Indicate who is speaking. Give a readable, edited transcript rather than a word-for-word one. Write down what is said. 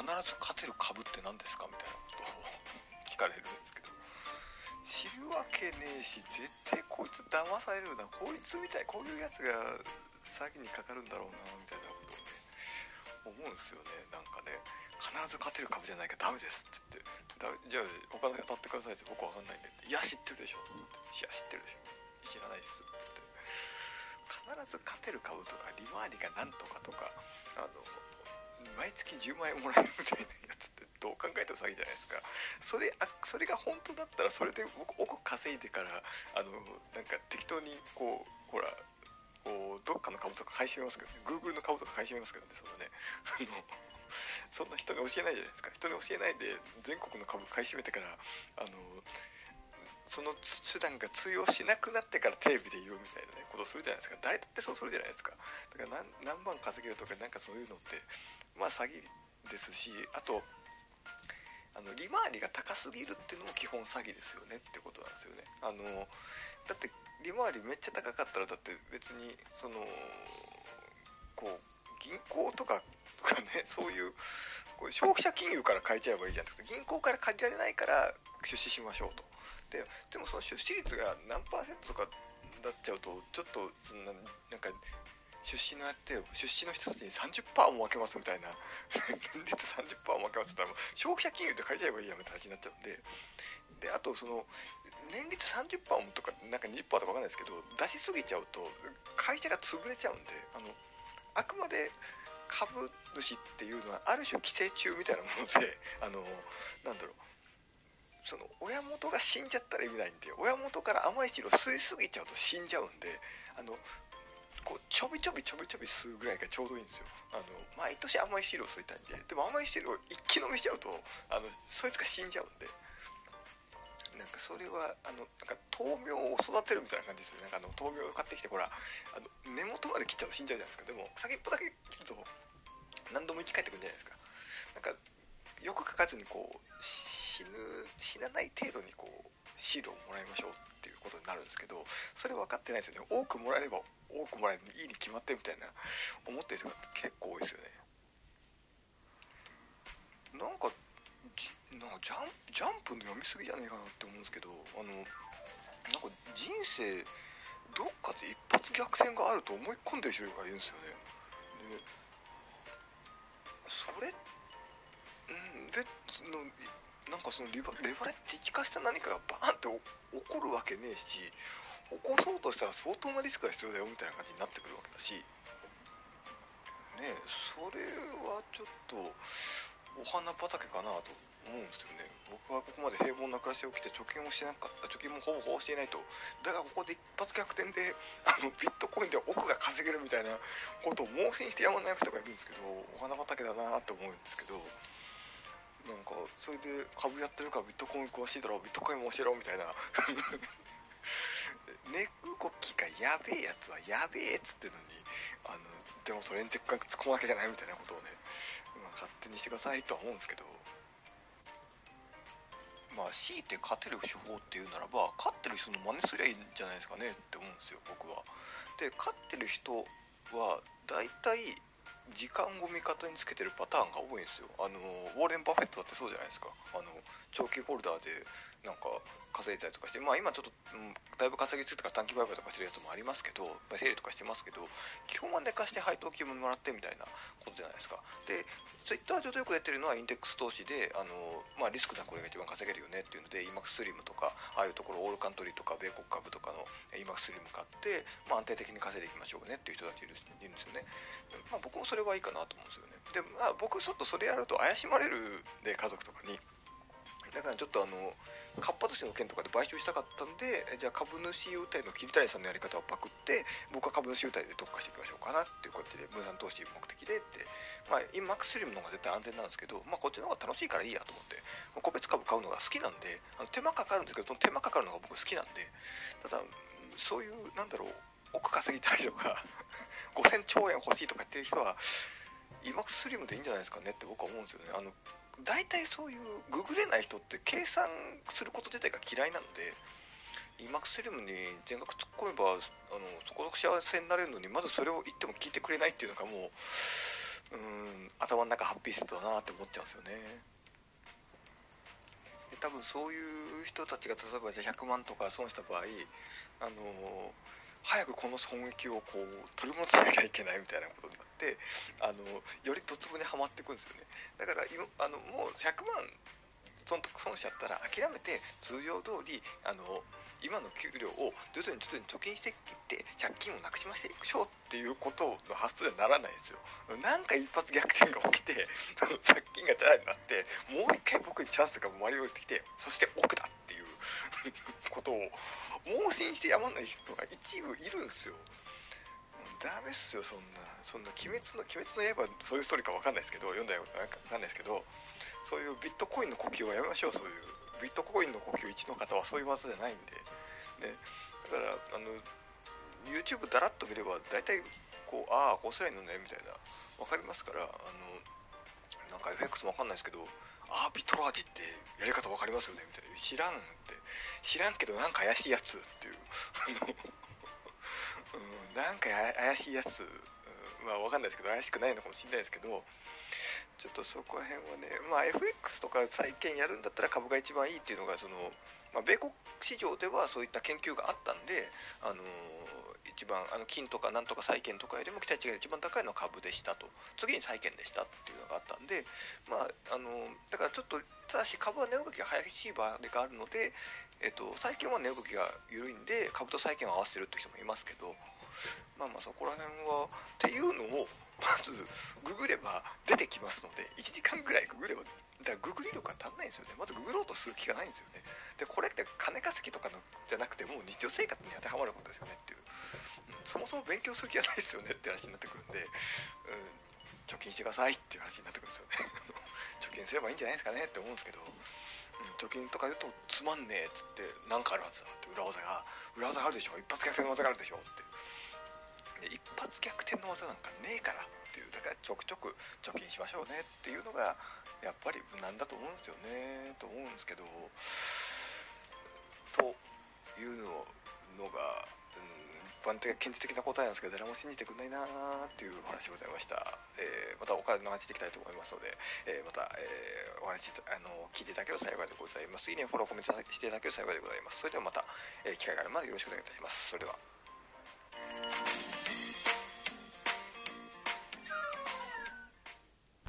Speaker 1: ず勝てる株って何ですかみたいなことを聞かれるんですけど、知るわけねえし、絶対こいつ騙されるな、こいつみたい、こういうやつが詐欺にかかるんだろうなみたいなことをね思うんですよね。なんかね、必ず勝てる株じゃないからダメですって言って、じゃあ他の当たってくださいって、僕わかんないんでって、いや知ってるでしょって、いや知ってるでしょ、知らないですって言って、必ず勝てる株とか利回りがなんとかとか、毎月10万円もらえるみたいなやつってどう考えても詐欺じゃないですか。それが本当だったら、それで僕億稼いでからなんか適当にこうほらこうどっかの株とか買い占めますけどね、Google の株とか買い占めますけどね、そのねそんな人に教えないじゃないですか。人に教えないで全国の株買い占めてからその手段が通用しなくなってからテレビで言うみたいなねことをするじゃないですか。誰だってそうするじゃないですか。だから何万稼げるとかなんかそういうのってまあ詐欺ですし、あと利回りが高すぎるっていうのも基本詐欺ですよねってことなんですよね。だって利回りめっちゃ高かったら、だって別にこう銀行とかね、そういうこう消費者金融から借りちゃえばいいじゃんって、銀行から借りられないから出資しましょうと。でもその出資率が何パーセントとかなっちゃうと、ちょっとなんか出資の人たちに 30% も分けますみたいな年率 30% も分けますって言ったら、消費者金融で借りちゃえばいいやみたいな話になっちゃうんで、あとその年率 30% もとかなんか 20% とか分かんないですけど、出しすぎちゃうと会社が潰れちゃうんで、あくまで株主っていうのはある種寄生虫みたいなもので、なんだろう、その親元が死んじゃったら意味ないんで、親元から甘い汁を吸いすぎちゃうと死んじゃうんで、こうちょびちょび吸うぐらいがちょうどいいんですよ。毎年甘い汁を吸いたいんで、でも甘い汁を一気飲みしちゃうとそいつが死んじゃうんで、なんかそれはなんか豆苗を育てるみたいな感じですよね。豆苗を買ってきて、ほら根元まで切っちゃうと死んじゃうじゃないですか。でも先っぽだけ切ると何度も生き返ってくるんじゃないですか。なんかよく書かずにこう死なない程度にこうシールをもらいましょうっていうことになるんですけど、それ分かってないですよね。多くもらえれば多くもらえるのいいに決まってるみたいな思ってる人が結構多いですよね。なんかジャンプの読みすぎじゃねえかなって思うんですけど、なんか人生どっかで一発逆転があると思い込んでる人がいるんですよね。でそれでなんかそのレバレッジ効かした何かがバーンって起こるわけねえし、起こそうとしたら相当なリスクが必要だよみたいな感じになってくるわけだしね。それはちょっとお花畑かなと思うんですよね。僕はここまで平凡な暮らしをきて貯金もしてなかった、貯金もほぼしていないと、だからここで一発逆転でビットコインで億が稼げるみたいなことを妄信してやまない人がいるんですけど、お花畑だなって思うんですけど、なんかそれで株やってるからビットコイン詳しいだろ、ビットコインも教えろみたいな値動きがやべえやつはやべえっつってるのに、でもそれに突っ込まなきゃいけないみたいなことをね、勝手にしてくださいとは思うんですけど、まあ強いて勝てる手法っていうならば、勝ってる人の真似すりゃいいんじゃないですかねって思うんですよ、僕は。で、勝ってる人はだいたい時間を味方につけてるパターンが多いんですよ。ウォーレン・バフェットだってそうじゃないですか。長期ホルダーでなんか稼いだりとかして、まあ今ちょっと、だいぶ稼ぎついてから短期売買とかしてるやつもありますけど、整理とかしてますけど、基本は寝かして配当金ももらってみたいなことじゃないですか。で、ツイッター上でよくやってるのはインデックス投資で、まあリスクなこれが一番稼げるよねっていうので、イマックススリムとか、ああいうところ、オールカントリーとか、米国株とかのイマックススリム買って、まあ安定的に稼いでいきましょうねっていう人たちいるんですよね。まあ僕もそれはいいかなと思うんですよね。で、まあ僕ちょっとそれやると怪しまれるで、家族とかに。だからちょっとかっぱ寿司の件とかで買収したかったんで、じゃあ株主優待の桐谷さんのやり方をパクって、僕は株主優待で特化していきましょうかなっていう形で、分散投資目的でって、まあインマックススリムの方が絶対安全なんですけど、まあこっちの方が楽しいからいいやと思って、個別株買うのが好きなんで、手間かかるんですけど、その手間かかるのが僕好きなんで、ただそういうなんだろう、億稼ぎたいとか5000兆円欲しいとか言ってる人はイマックススリムでいいんじゃないですかねって僕は思うんですよね。大体そういうググれない人って計算すること自体が嫌いなので、イマックススリムに全額突っ込めばそこの幸せになれるのに、まずそれを言っても聞いてくれないっていうのがも頭の中ハッピーセットだなって思っちゃうんですよね。で多分そういう人たちが例えばじゃあ100万とか損した場合、早くこの損益をこう取り戻さなきゃいけないみたいなことになって、よりドツボにはまっていくんですよね。だからもう100万損しちゃったら諦めて通常通り今の給料を徐々に貯金していって借金をなくしましていくしょうっていうことの発想にはならないんですよ。なんか一発逆転が起きて借金がチャラになってもう一回僕にチャンスが舞い降りてきて、そして奥だっていうことを妄信してやまない人が一部いるんですよ。ダメっすよ、そんな鬼滅の刃そういうストーリーか分かんないですけど、読んだよ分かんないですけど、そういうビットコインの呼吸はやめましょう。そういうビットコインの呼吸1の方はそういう技じゃないんで、ね、だからYouTube だらっと見れば大体こうすりゃいいのねみたいな分かりますから、なんか FX も分かんないですけど、ビトラージってやり方分かりますよねみたいな、知らんけどなんか怪しいやつっていうなんか怪しいやつ、まあ分かんないですけど怪しくないのかもしれないですけど、ちょっとそこら辺はね、FX とか債券やるんだったら株が一番いいっていうのが米国市場ではそういった研究があったんで、一番金とかなんとか債券とかよりも期待値が一番高いのは株でしたと、次に債券でしたっていうのがあったんで、だからちょっとただし株は値動きが激しい場合があるので、債券は値動きが緩いんで株と債券を合わせてるって人もいますけど、そこら辺はっていうのをまずググれば出てきますので、1時間ぐらいググれば、だからググり力が足んないんですよね。まずググろうとする気がないんですよね。でこれって金稼ぎとかのじゃなくてもう日常生活に当てはまることですよねっていう、そもそも勉強する気はないですよねって話になってくるんで、貯金してくださいっていう話になってくるんですよね貯金すればいいんじゃないですかねって思うんですけど、貯金とか言うとつまんねえっつってなんかあるはずだって裏技があるでしょ、一発逆転の技があるでしょって、で一発逆転の技なんかねえからっていう、だからちょくちょく貯金しましょうねっていうのがやっぱり無難だと思うんですよねと思うんですけど、というのが、一般的現実的な答えなんですけど誰も信じてくれないなーっていうお話でございました。またお金の話していきたいと思いますので、また、お話聞いていただけると幸いでございます。いいね、フォロー、コメントしていただけると幸いでございます。それではまた、機会があるまでよろしくお願いいたします。それでは。